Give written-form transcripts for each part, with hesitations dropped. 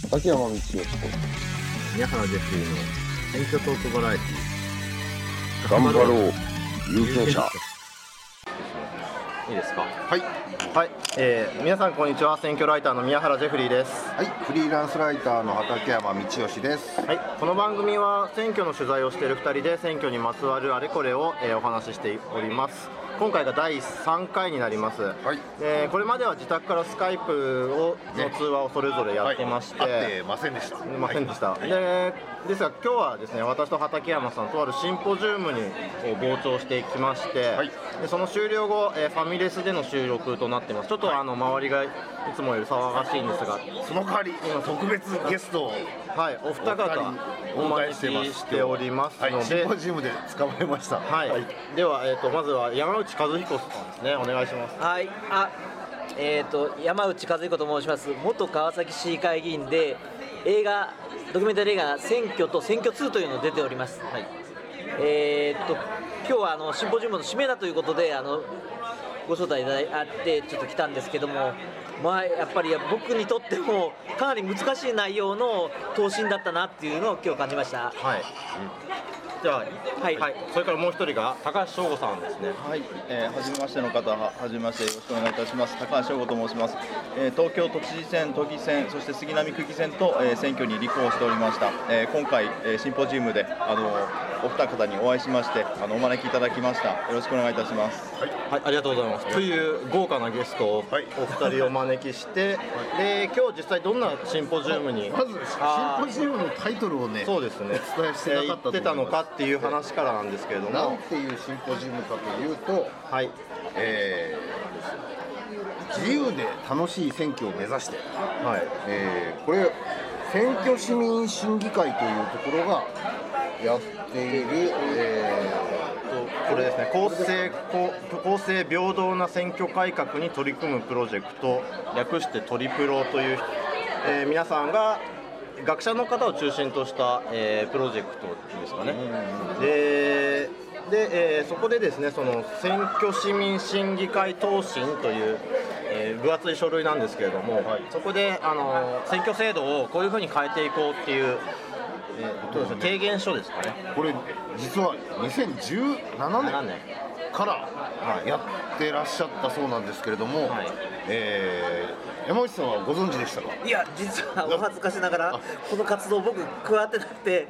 畠山道義と宮原ジェフリーの選挙トークバラエティー。 頑張ろう有権者。 いいですか。 はい、はい、皆さんこんにちは。選挙ライターの宮原ジェフリーです。 はい、フリーランスライターの畠山道義です。 はい、この番組は選挙の取材をしている2人で選挙にまつわるあれこれを、お話ししております。今回が第3回になります。 はい、 これまでは自宅からスカイプの通話をそれぞれやってまして、 会ってませんでした。 ですが今日はですね、私と畠山さんとあるシンポジウムに傍聴してきまして、 はい、 でその終了後、ファミレスでの収録となってます。ちょっと周りがいつもより騒がしいんですが、 その代わり今特別ゲストをはい、お二方お招きしておりますので、 はい、シンポジウムで捕まえました。 はい、はい、では、まずは山内和彦さんですね、お願いします。 はい、山内和彦と申します。元川崎市議会議員で、ドキュメンタリー映画選挙と選挙2というのを出ております。はい、今日はシンポジウムの締めだということでご招待いただいてちょっと来たんですけども、やっぱり僕にとってもかなり難しい内容の答申だったなっていうのを今日感じました。 はい、じゃあ、はい、はい、それからもう一人が高橋翔吾さんですね。 はい、はじめましての方、はじめましてよろしくお願いいたします。高橋翔吾と申します。東京都知事選、都議選、そして杉並区議選と、選挙に立候補しておりました。今回、シンポジウムでお二方にお会いしましてお招きいただきました。よろしくお願いいたします。 はい、はい、ありがとうございます。という豪華なゲストをお二人お招きして、で今日実際どんなシンポジウムにまずシンポジウムのタイトルをね、 そうですね、 お伝えしてなかったと思います。 言ってたのかっていう話からなんですけれども、 なんていうシンポジウムかというと、 はい、 自由で楽しい選挙を目指して、 はい、 これ選挙市民審議会というところがやっている、 これですね、公正平等な選挙改革に取り組むプロジェクト、略してトリプロという、皆さんが学者の方を中心とした、プロジェクトですかね。で、そこでですね、その選挙市民審議会答申という、分厚い書類なんですけれども、はい、そこで選挙制度をこういうふうに変えていこうっていう、提言書ですかね。 これ実は2017年からやってらっしゃったそうなんですけれども、はい、山内さんはご存知でしたか？ いや、実はお恥ずかしながらこの活動僕加わってなくて、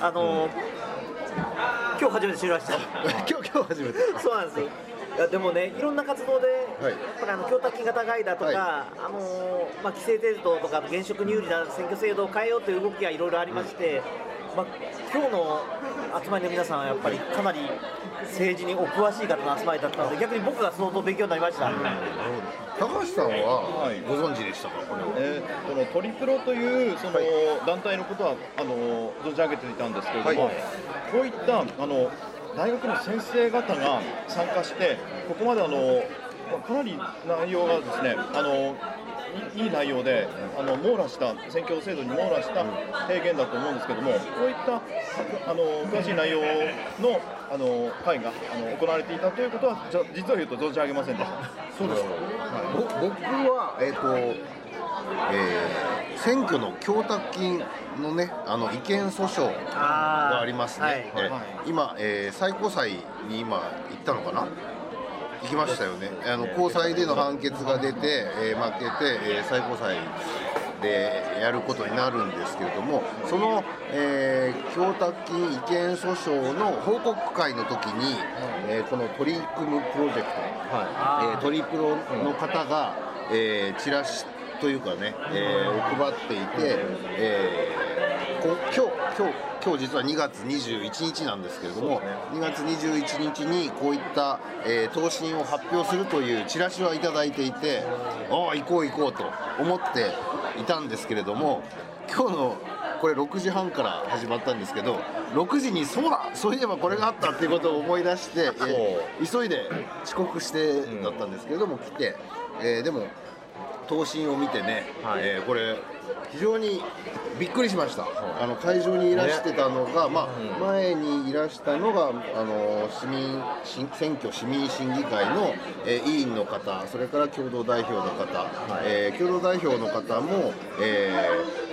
今日初めて知りました。 今日初めて。 そうなんです。いやでもね、いろんな活動で、やっぱり供託金が高いだとか、規制制度とか現職に有利な選挙制度を変えようという動きがいろいろありまして、今日の集まりの皆さんはやっぱりかなり政治にお詳しい方の集まりだったので、逆に僕が相当勉強になりました。 高橋さんはご存知でしたか？このトリプロというその団体のことは存じ上げていたんですけれども、こういった大学の先生方が参加して、ここまでかなり内容がですね、いい内容で網羅した選挙制度に網羅した提言だと思うんですけども、こういった詳しい内容の会が行われていたということは実を言うと存じ上げませんでした。 そうですか。僕は選挙の供託金のね、違憲訴訟がありますね。今、最高裁に今行ったのかな、行きましたよね。高裁での判決が出て、負けて、最高裁でやることになるんですけれども、その、供託金違憲訴訟の報告会の時に、この取り組むプロジェクト、トリプロの方が、チラシというかね、を配っていて、今日実は2月21日なんですけれども、2月21日にこういった、答申を発表するというチラシはいただいていて、行こうと思っていたんですけれども、今日のこれ6時半から始まったんですけど、6時にそういえばこれがあったっていうことを思い出して、急いで遅刻してだったんですけれども来て、でも答申を見てね、これ非常にびっくりしました。会場にいらしてたのが、前にいらしたのが選挙市民審議会の、委員の方、それから共同代表の方、共同代表の方も、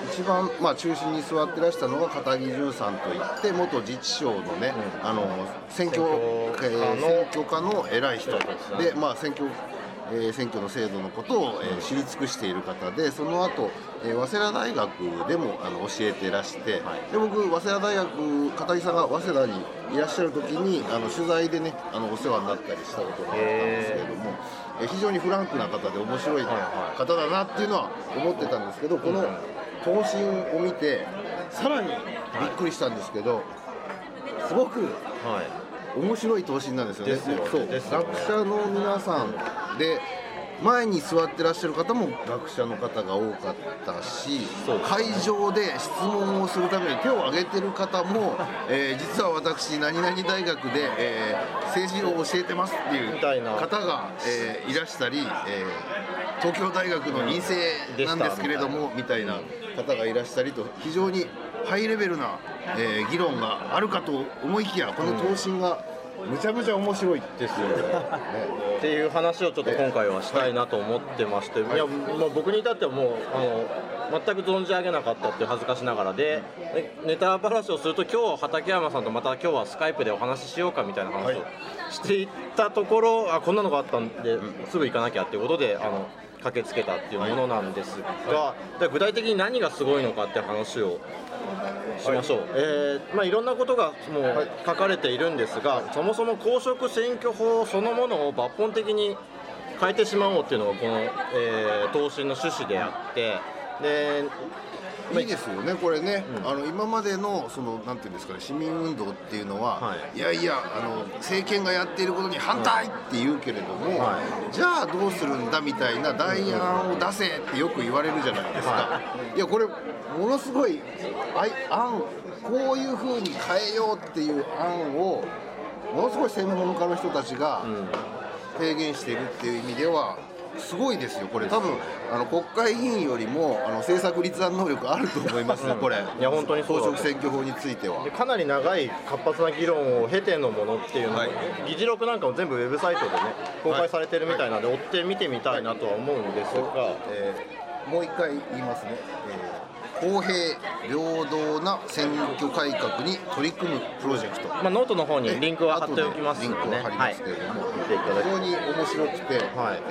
一番、中心に座ってらしたのが片木淳さんといって元自治省のね、選挙課の偉い人で、選挙の制度のことを、知り尽くしている方で、その後、早稲田大学でも教えてらして、で僕早稲田大学、片木さんが早稲田にいらっしゃる時に取材でねお世話になったりしたことがあったんですけれども、非常にフランクな方で面白い方だなっていうのは思ってたんですけど、この答申を見てさらにびっくりしたんですけど、すごく面白い答申なんですよね。そう、学者の皆さんで前に座ってらっしゃる方も学者の方が多かったし、会場で質問をするために手を挙げてる方も、実は私何々大学で、政治を教えてますっていう方が、いらしたり、東京大学の院生なんですけれどもみたいな方がいらしたりと、非常にハイレベルな、議論があるかと思いきや、この答申がむちゃむちゃ面白いですよね。 っていう話をちょっと今回はしたいなと思ってまして、いやもう僕に至ってはもう全く存じ上げなかったっていう恥ずかしながらで、ネタ話をすると今日畠山さんとまた今日はスカイプでお話ししようかみたいな話をしていったところ、こんなのがあったんですぐ行かなきゃっていうことで駆けつけたっていうものなんですが、具体的に何がすごいのかって話をしましょう。いろんなことがもう書かれているんですが、そもそも公職選挙法そのものを抜本的に変えてしまおうっていうのがこの、答申の趣旨であって、でいいですよね、これね、今までのなんていうんですかね、市民運動っていうのは、いやいや政権がやっていることに反対って言うけれども、じゃあどうするんだみたいな代案を出せってよく言われるじゃないですか。いやこれものすごい案、こういうふうに変えようっていう案をものすごい専門家の人たちが提言しているっていう意味ではすごいですよ。これ多分国会議員よりも政策立案能力あると思いますね、これ。 いや本当にそうだ公職選挙法についてはでかなり長い活発な議論を経てのものっていうの、議事録なんかも全部ウェブサイトでね公開されてるみたいなので、追って見てみたいなとは思うんですが、 もう一回言いますね、公平平等な選挙改革に取り組むプロジェクト、 ノートの方にリンクは貼っておきますリンクを貼りますけれども、 見ていただき非常に面白くて、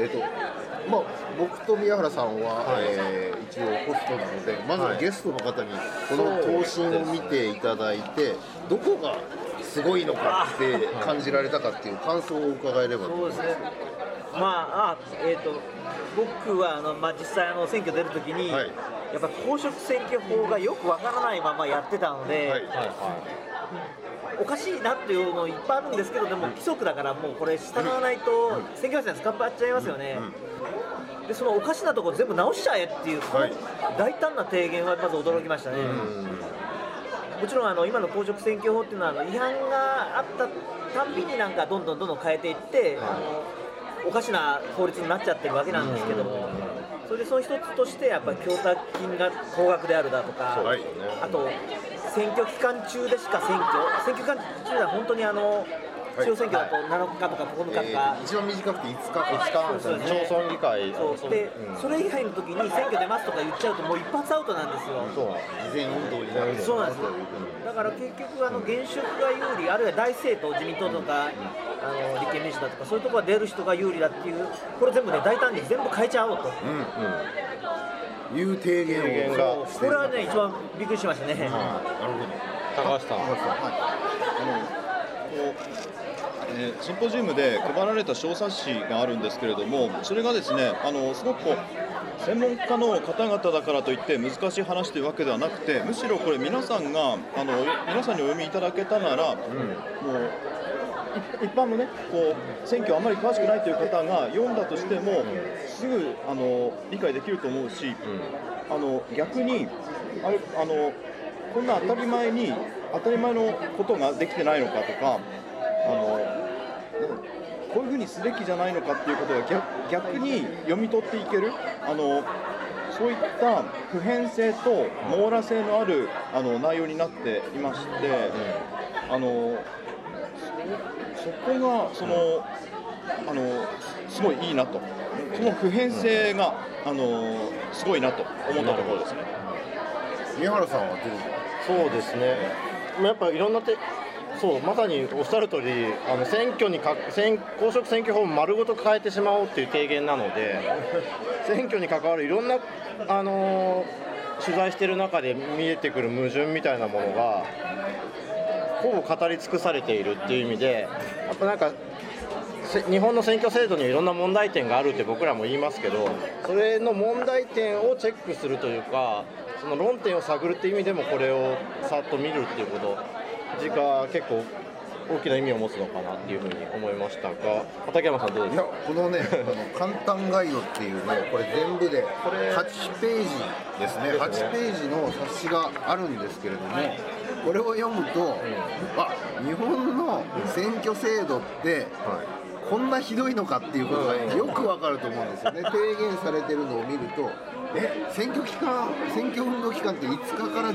僕と宮原さんは、一応ホストなので、まずはゲストの方にこの答申を見ていただいて、どこがすごいのかって感じられたかっていう感想を伺えればと思います。 僕は実際選挙出るときに、やっぱ公職選挙法がよくわからないままやってたので、おかしいなっていうのいっぱいあるんですけど、でも規則だからもうこれ従わないと選挙法に捕まっちゃいますよね。でそのおかしなところ全部直しちゃえっていう、この大胆な提言はまず驚きましたね。もちろん今の公職選挙法っていうのは違反があったたんびにどんどん変えていって、おかしな法律になっちゃってるわけなんですけども、それでその一つとしてやっぱり供託金が高額であるだとか、あと選挙期間中でしか選挙期間中では本当に地方選挙だと7日とか9日とか、 一番短くて5日なんですよね、町村議会で、それ以外の時に選挙出ますとか言っちゃうともう一発アウトなんですよ。 事前運動になる。 そうなんですよ。だから結局現職が有利、あるいは大政党、自民党とか立憲民主だとかそういうところが出る人が有利だっていう、これ全部ね大胆に全部変えちゃおうという提言をこれはね一番びっくりしましたね。 なるほど。 高橋さん、 シンポジウムで配られた小冊子があるんですけれども、それがですねすごく専門家の方々だからといって難しい話というわけではなくて、むしろこれ皆さんにお読みいただけたなら、もう一般のね選挙あまり詳しくないという方が読んだとしてもすぐ理解できると思うし、逆にこんな当たり前のことができてないのかとか、こういうふうにすべきじゃないのかっていうことが逆に読み取っていける、そういった普遍性と網羅性のある内容になっていまして、そこがすごいいいなと、その普遍性がすごいなと思ったところですね。 宮原さんはどう？ そうですね、やっぱいろんなそうまさにおっしゃる通り、選挙に公職選挙法を丸ごと変えてしまおうっていう提言なので、選挙に関わるいろんな、取材している中で見えてくる矛盾みたいなものがほぼ語り尽くされているっていう意味で、やっぱなんか日本の選挙制度にいろんな問題点があるって僕らも言いますけど、それの問題点をチェックするというか、その論点を探るっていう意味でもこれをさっと見るっていうことが結構大きな意味を持つのかなっていうふうに思いましたが、畠山さんどうですか？ このね簡単ガイドっていうね、これ全部で8ページですね。8ページの冊子があるんですけれども、これを読むと、日本の選挙制度ってこんなひどいのかっていうことがよくわかると思うんですよね。提言されてるのを見ると、選挙運動期間って5日から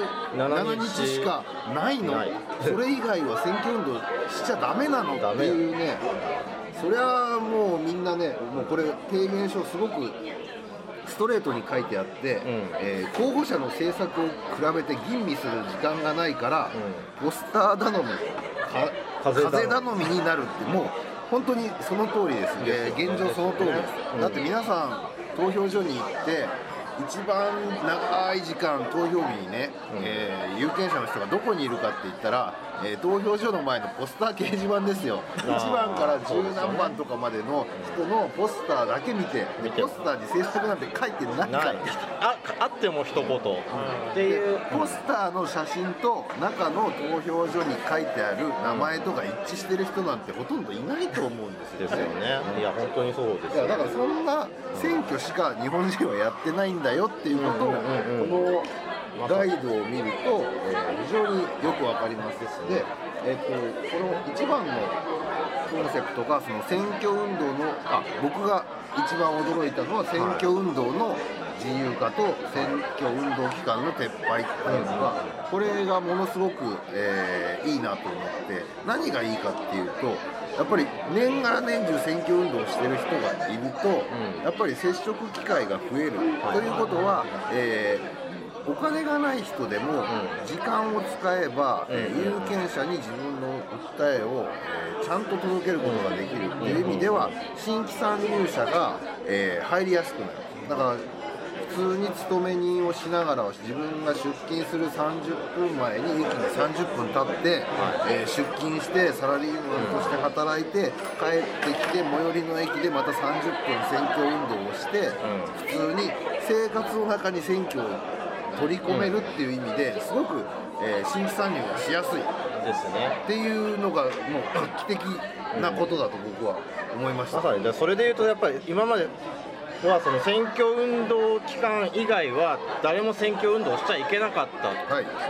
17日しかないの？それ以外は選挙運動しちゃダメなのっていうね、それはもうみんなね、もうこれ提言書すごくストレートに書いてあって、候補者の政策を比べて吟味する時間がないから、ポスター頼み、風頼みになるって、もう本当にその通りです。現状その通りです。だって皆さん投票所に行って一番長い時間投票日にね、有権者の人がどこにいるかって言ったら、投票所の前のポスター掲示板ですよ。1番から10何番とかまでの人のポスターだけ見て、ポスターに政策なんて書いてないから、 あっても一言っていう、 ポスターの写真と中の投票所に書いてある名前とか一致してる人なんてほとんどいないと思うんですよね。 いや本当にそうですよね。 だからそんな選挙しか日本人はやってないんだよっていうことを、このガイドを見ると、非常によくわかります。で、この一番のコンセプトがその選挙運動の、僕が一番驚いたのは選挙運動の自由化と選挙運動期間の撤廃っていうのが、これがものすごく、いいなと思って、何がいいかっていうと、やっぱり年がら年中選挙運動をしてる人がいると、やっぱり接触機会が増える、ということは、お金がない人でも時間を使えば、有権者に自分の訴えを、ちゃんと届けることができるという意味では、新規参入者が、入りやすくなる。だから普通に勤め人をしながら自分が出勤する30分前に駅に30分経って、出勤してサラリーマンとして働いて帰ってきて最寄りの駅でまた30分選挙運動をして、普通に生活の中に選挙を取り込めるっていう意味ですごく、新規参入がしやすいですねっていうのがもう画期的なことだと僕は思いました。 まさにそれでいうと、やっぱり今まではその選挙運動期間以外は誰も選挙運動をしちゃいけなかった、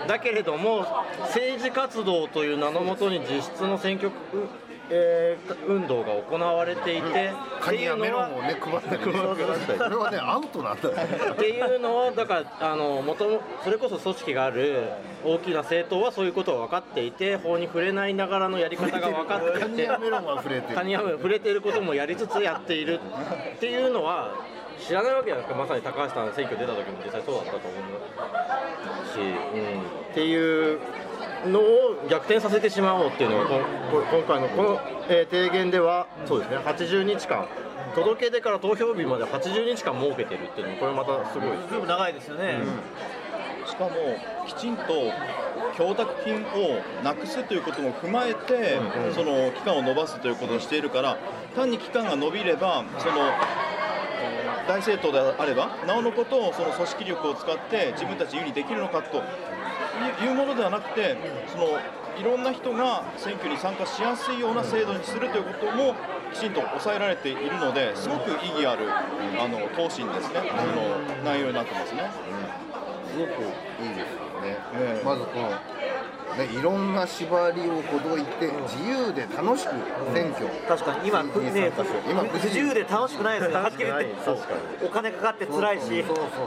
だけれども政治活動という名のもとに実質の選挙運動が行われていて、 カニやメロンをね配ったりね、それはねアウトなんだっていうのは、だからそれこそ組織がある大きな政党はそういうことを分かっていて、法に触れないながらのやり方が分かっていて、 カニやメロンは触れてる、 カニや触れていることもやりつつやっているっていうのは知らないわけじゃないですか。まさに高橋さん選挙出た時も実際そうだったと思うし、っていうのを逆転させてしまおうっていうのが今回のこの、提言ではそうですね、80日間届け出から投票日まで80日間設けてるっていうのも、これまたすごいですよ。 長いですよね。 しかもきちんと供託金をなくすということも踏まえて、その期間を延ばすということをしているから、単に期間が延びればその大政党であればなおのことをその組織力を使って自分たち有利にできるのかというものではなくて、そのいろんな人が選挙に参加しやすいような制度にするということもきちんと抑えられているので、すごく意義ある答申ですね、その内容になってますね。 すごくいいですよね。まずこのいろんな縛りをほどいて自由で楽しく選挙、 確かに今不自由で楽しくないですよ。はっきり言ってお金かかって辛いし、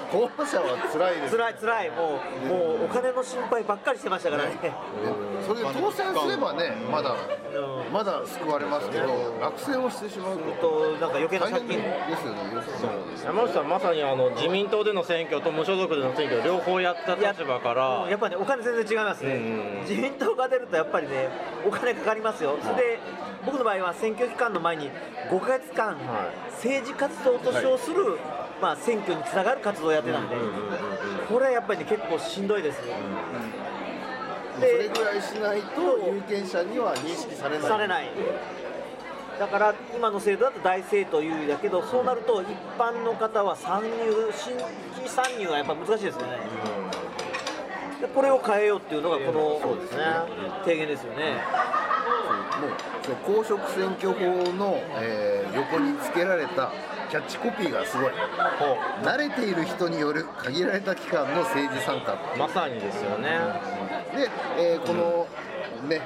候補者は辛いです、 辛いもうお金の心配ばっかりしてましたからね。 それで当選すればねまだ救われますけど、落選をしてしまうとなんか余計な大借金変ですよね。 山内さんまさに自民党での選挙と無所属での選挙両方やった立場からやっぱりねお金全然違いますね。自民党が出るとやっぱりねお金かかりますよ。それで僕の場合は選挙期間の前に5ヶ月間政治活動と称するまあ選挙につながる活動をやってたんで、これはやっぱりね結構しんどいですね。 それぐらいしないと有権者には認識されない。 だから今の制度だと大政党有利だけど、そうなると一般の方は新規参入はやっぱ難しいですよね。でこれを変えようっていうのがこの提言ですよね。 もうその公職選挙法の、横につけられたキャッチコピーがすごい。慣れている人による限られた期間の政治参加。 まさにですよね。 で、このね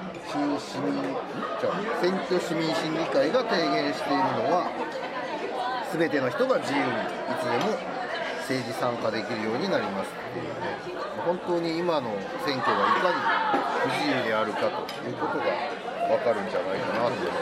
選挙市民審議会が提言しているのは、全ての人が自由にいつでも政治参加できるようになりますっていうね、本当に今の選挙がいかに不自由であるかということが分かるんじゃないかなと思います。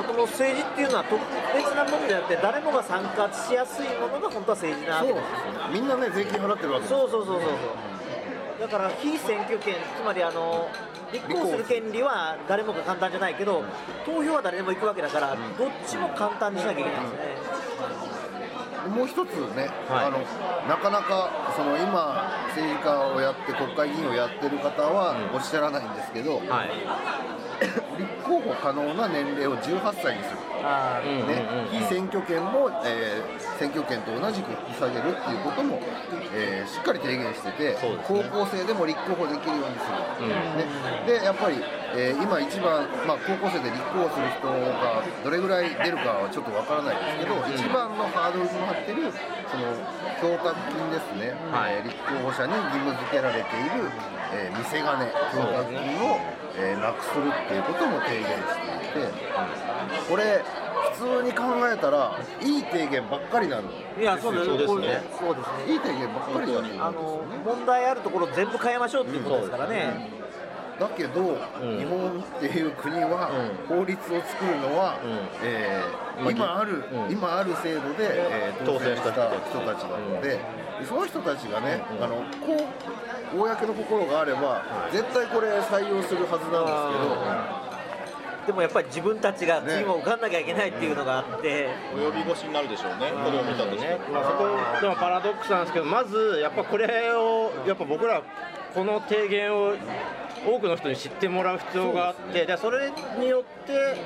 この政治っていうのは特別なものであって、誰もが参加しやすいものが本当は政治なわけですよね。 みんなね税金払ってるわけです。 そうだから非選挙権、つまり立候補する権利は誰もが簡単じゃないけど、投票は誰でも行くわけだから、どっちも簡単にしなきゃいけないんですね。 もう一つね、なかなか今政治家をやって国会議員をやってる方はおっしゃらないんですけど、立候補可能な年齢を18歳にする、非選挙権も、選挙権と同じく引き下げるっていうことも、しっかり提言してて、高校生でも立候補できるようにする、でやっぱり、今一番、高校生で立候補する人がどれぐらい出るかはちょっとわからないですけど、一番のハードルとなっている供託金ですね、立候補者に義務付けられている、見せ金、供託金を、なくするっていうことも提言していて、これ普通に考えたらいい提言ばっかりなの。 いやそうですね。 いい提言ばっかりなの。 問題あるところ全部変えましょうっていうことですからね。 だけど、日本っていう国は法律を作るのは、今ある制度で、当選した人たちなので、その人たちがね、公の心があれば絶対これ採用するはずなんですけど、 でもやっぱり自分たちが次も受かんなきゃいけないっていうのがあって、 及び腰になるでしょうね、これを見たとして。 そこでもパラドックスなんですけど、まずやっぱこれをやっぱ僕らこの提言を多くの人に知ってもらう必要があって、でそれによって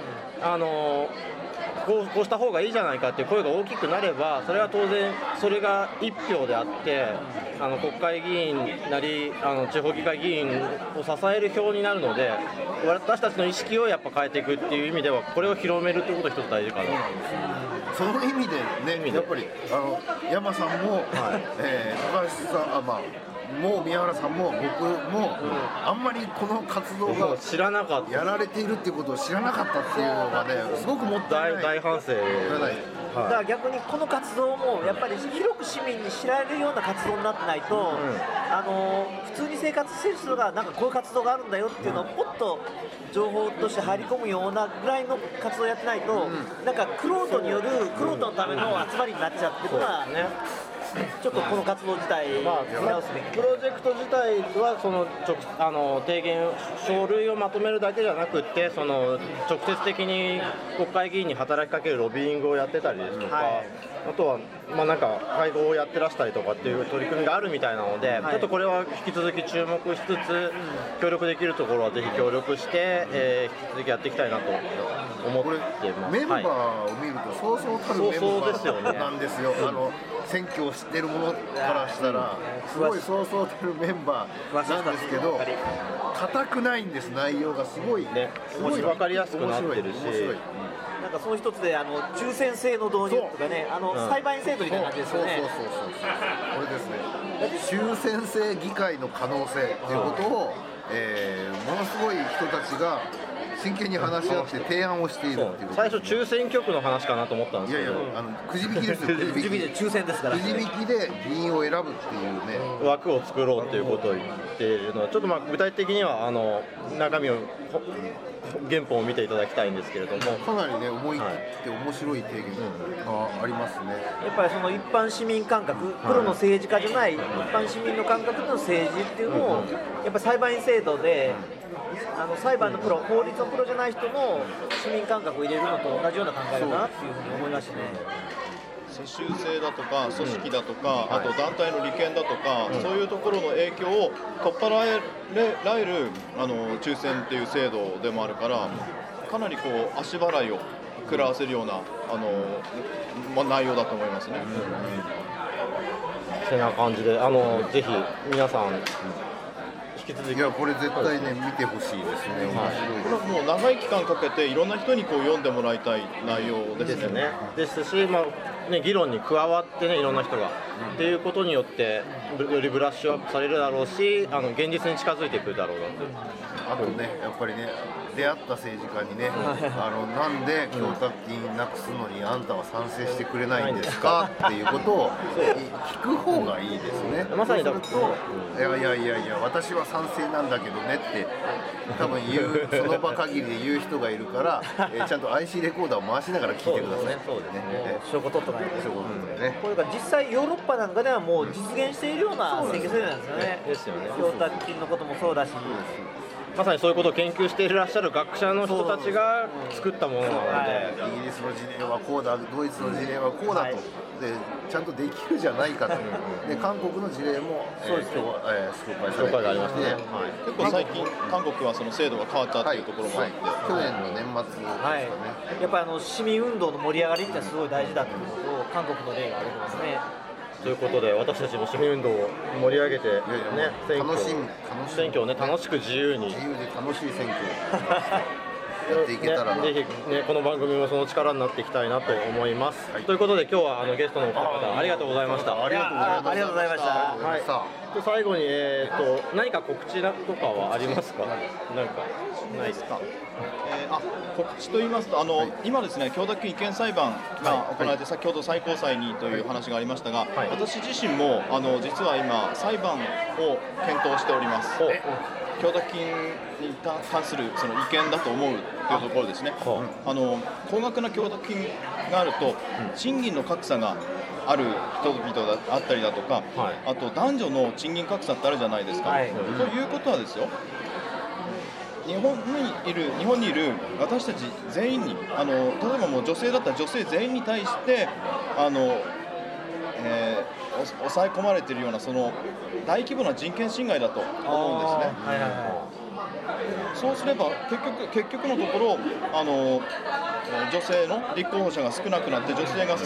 こうした方がいいじゃないかっていう声が大きくなれば、それは当然それが1票であって、国会議員なり地方議会議員を支える票になるので、私たちの意識をやっぱ変えていくっていう意味では、これを広めるってことが一つ大事かな。 その意味でね、やっぱり山さんも、高橋さんもう宮原さんも僕も、あんまりこの活動が知らなかった、 やられているっていうことを知らなかったっていうのがね、すごくもったいない。 大反省。 だから逆にこの活動もやっぱり広く市民に知られるような活動になってないと、普通に生活してる人がなんかこういう活動があるんだよっていうのをポッと情報として入り込むようなぐらいの活動をやってないと、なんか玄人による玄人のための集まりになっちゃってるのはちょっとこの活動自体見直すべき。 プロジェクト自体は提言書類をまとめるだけじゃなくて、直接的に国会議員に働きかけるロビーイングをやってたりですとか、あとはなんか会合をやってらしたりとかっていう取り組みがあるみたいなので、ちょっとこれは引き続き注目しつつ、協力できるところはぜひ協力して、引き続きやっていきたいなと思ってます。 メンバーを見るとそうそうたるメンバーなんですよ。選挙を知ってる者からしたらすごいそうそうたるメンバーなんですけど、硬くないんです。内容がすごいね、 分かりやすくなってるし、 なんかその一つで抽選制の導入とかね、裁判員制度みたいな感じですよね。 これですね、抽選制議会の可能性っていうことを、ものすごい人たちが真剣に話し合って提案をしているっていうこと最ですね。 初抽選局の話かなと思ったんですけど、 いやいや、くじ引きですよ。くじ引きで抽選ですから。 くじ引きで議員を選ぶっていうね。 枠を作ろうっていうことを言っているので、ちょっと具体的には中身を原本を見ていただきたいんですけれども、 かなりね思い切って面白い提言がありますね。 やっぱりその一般市民感覚、プロの政治家じゃない一般市民の感覚の政治っていうのを、やっぱり裁判員制度で裁判のプロ、法律のプロじゃない人の市民感覚を入れるのと同じような考えだなっていうふうに思いましたね。 世襲制だとか組織だとか、あと団体の利権だとか、そういうところの影響を取っ払えられる抽選っていう制度でもあるから、かなりこう足払いを食らわせるような内容だと思いますね。 そんな感じでぜひ皆さん引き続き、 いやこれ絶対ね見てほしいですね。面白いです。 これはもう長い期間かけていろんな人にこう読んでもらいたい内容ですね。 ですね。ですし、議論に加わってね、いろんな人が、っていうことによってよりブラッシュアップされるだろうし、現実に近づいてくるだろうなと。 あとねやっぱりね出会った政治家にねなんで供託金なくすのにあんたは賛成してくれないんですかっていうことを聞く方がいいですね。 まさにそうするといや私は賛成なんだけどねって多分その場限りで言う人がいるからちゃんと IC レコーダーを回しながら聞いてください。 そうですね。 証拠取っとかないと。 そういうことでね。 これが実際ヨーロッパなんかではもう実現しているような選挙制度なんですよね。 ですよね。 供託金のこともそうだし。 まさにそういうことを研究していらっしゃる学者の人たちが作ったものなので、 イギリスの事例はこうだ、ドイツの事例はこうだと、でちゃんとできるじゃないかと、で韓国の事例も紹介されていて、 結構最近韓国はその制度が変わったっていうところもあって、 去年の年末ですかね。 やっぱり市民運動の盛り上がりってすごい大事だということを韓国の例が出てますね。 ということで私たちも市民運動を盛り上げて、ね、選挙をね楽しく自由にで楽しい選挙やっていけたらな、 ぜひねこの番組もその力になっていきたいなと思います。ということで今日はゲストのお二方ありがとうございました。 ありがとうございました。 はい。最後に何か告知とかはありますか？なんかないですか？ 告知と言いますと今ですね供託金違憲裁判が行われて、先ほど最高裁にという話がありましたが、私自身も実は今裁判を検討しております。供託金に関するその違憲だと思うというところですね。高額な供託金があると賃金の格差がある人々だったりだとか、あと男女の賃金格差ってあるじゃないですか。ということはですよ、日本にいる私たち全員に例えばもう女性だったら女性全員に対して抑え込まれているようなその大規模な人権侵害だと思うんですね。そうすれば結局のところ女性の立候補者が少なくなって、女性が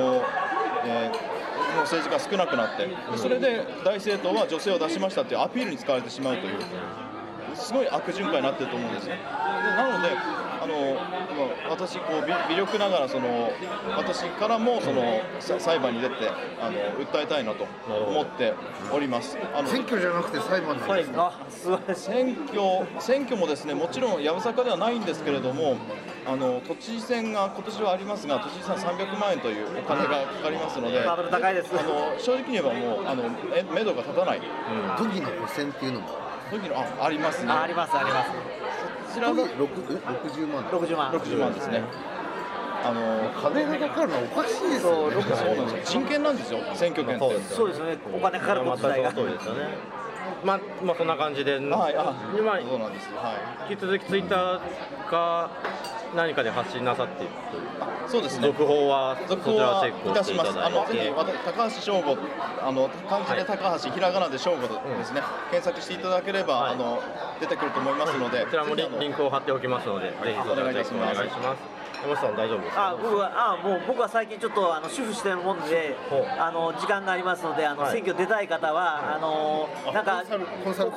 政治が少なくなって、それで大政党は女性を出しましたっていうアピールに使われてしまうというすごい悪循環になっていると思うんですね。なので私微力ながら私からも裁判に出て訴えたいなと思っております。 選挙じゃなくて裁判なんですね。 選挙もですね、もちろんやぶさかではないんですけれども、都知事選が今年はありますが、都知事選300万円というお金がかかりますので、 高いです。 正直に言えばもう目処が立たない。 都議の補選っていうのもありますね。 あります。 こちらが60 万ですね。 金がかかるのはおかしいですよね。 そうなんですよ。人権なんですよ、選挙権って。 そうですね。お金かかること自体が。 そうですよね。そんな感じで、 そうなんです。 引き続きツイッターか何かで発信なさっているという。 そうですね。 続報はそちらチェックいたします。 していただいて、 ぜひ高橋翔吾、漢字で高橋、ひらがなで翔吾ですね。検索していただければ出てくると思いますので、 こちらもリンクを貼っておきますので、ぜひそちらチェックお願いします。山下さん大丈夫ですか？ 僕は最近ちょっと主婦してるもんで時間がありますので選挙出たい方はなんかコンサル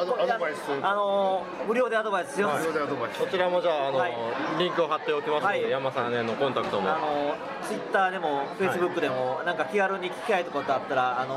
無料でアドバイスします。 そちらもじゃあリンクを貼っておきますので、山さんへのコンタクトもツイッターでもフェイスブックでもなんか気軽に聞きたいところあったら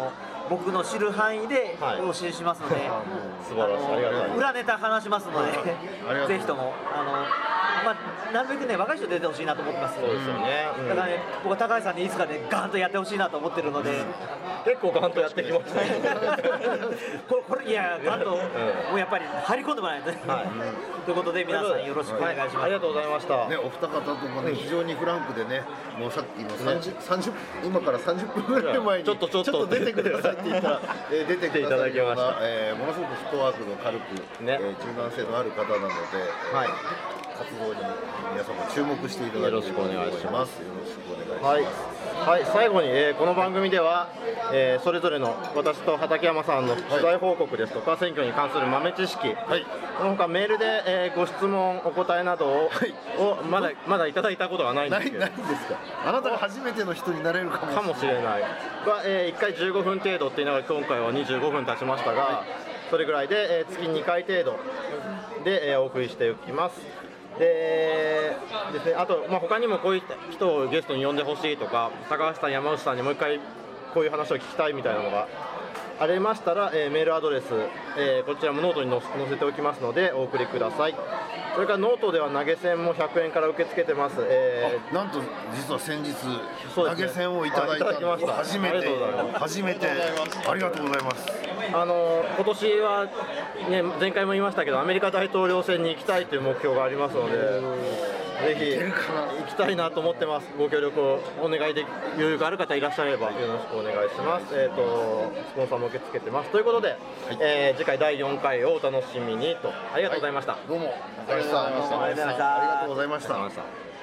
僕の知る範囲ではいお教えしますので、 素晴らしい、ありがとうございます。 裏ネタ話しますので、 ありがとうぜひともまあ、なるべくね若い人出てほしいなと思ってます。 そうですよね、 だからね、僕は高橋さんにいつかねガーンとやってほしいなと思ってるので、 結構ガンとやってきましたね。 これいやガーンと、もうやっぱり入り込んでもらわないと、 はいということで皆さんよろしくお願いします。 はい、ありがとうございました。 ね、お二方ともね、非常にフランクでね、もうさっきの30今から30分ぐらい前にちょっと出てくださいって言ったら、出てくださるような、ものすごくフットワークの軽く、 ね柔軟性のある方なので、 はい活動に皆様注目していただければと思います。 よろしくお願いしますよろしくお願いします。 はい、最後に、この番組では、それぞれの私と畠山さんの取材報告ですとか、選挙に関する豆知識、その他メールで、ご質問、お答えなどを,、まだいただいたことがないんですけど、 ないんですか。あなたが初めての人になれるかもしれない。 かもしれないが、1回15分程度って言いながら今回は25分経ちましたが、それぐらいで、月2回程度で、お送りしていきます。ですね、あと、他にもこういった人をゲストに呼んでほしいとか、高橋さん、山内さんにもう一回こういう話を聞きたいみたいなのがありましたら、メールアドレス、こちらもノートに載せておきますのでお送りください。それからノートでは投げ銭も100円から受け付けてます。 なんと実は先日、 そうですね投げ銭をいただいたいただきました初めてありがとうございます初めてありがとうございます。 今年は、ね、前回も言いましたけどアメリカ大統領選に行きたいという目標がありますので、ぜひ行きたいなと思ってます。ご協力をお願いでき余裕がある方いらっしゃればよろしくお願いします。スポンサーも受け付けてますということで、次回第4回をお楽しみにと。ありがとうございました。 どうも高橋さん、 ありがとうございました。 ありがとうございました。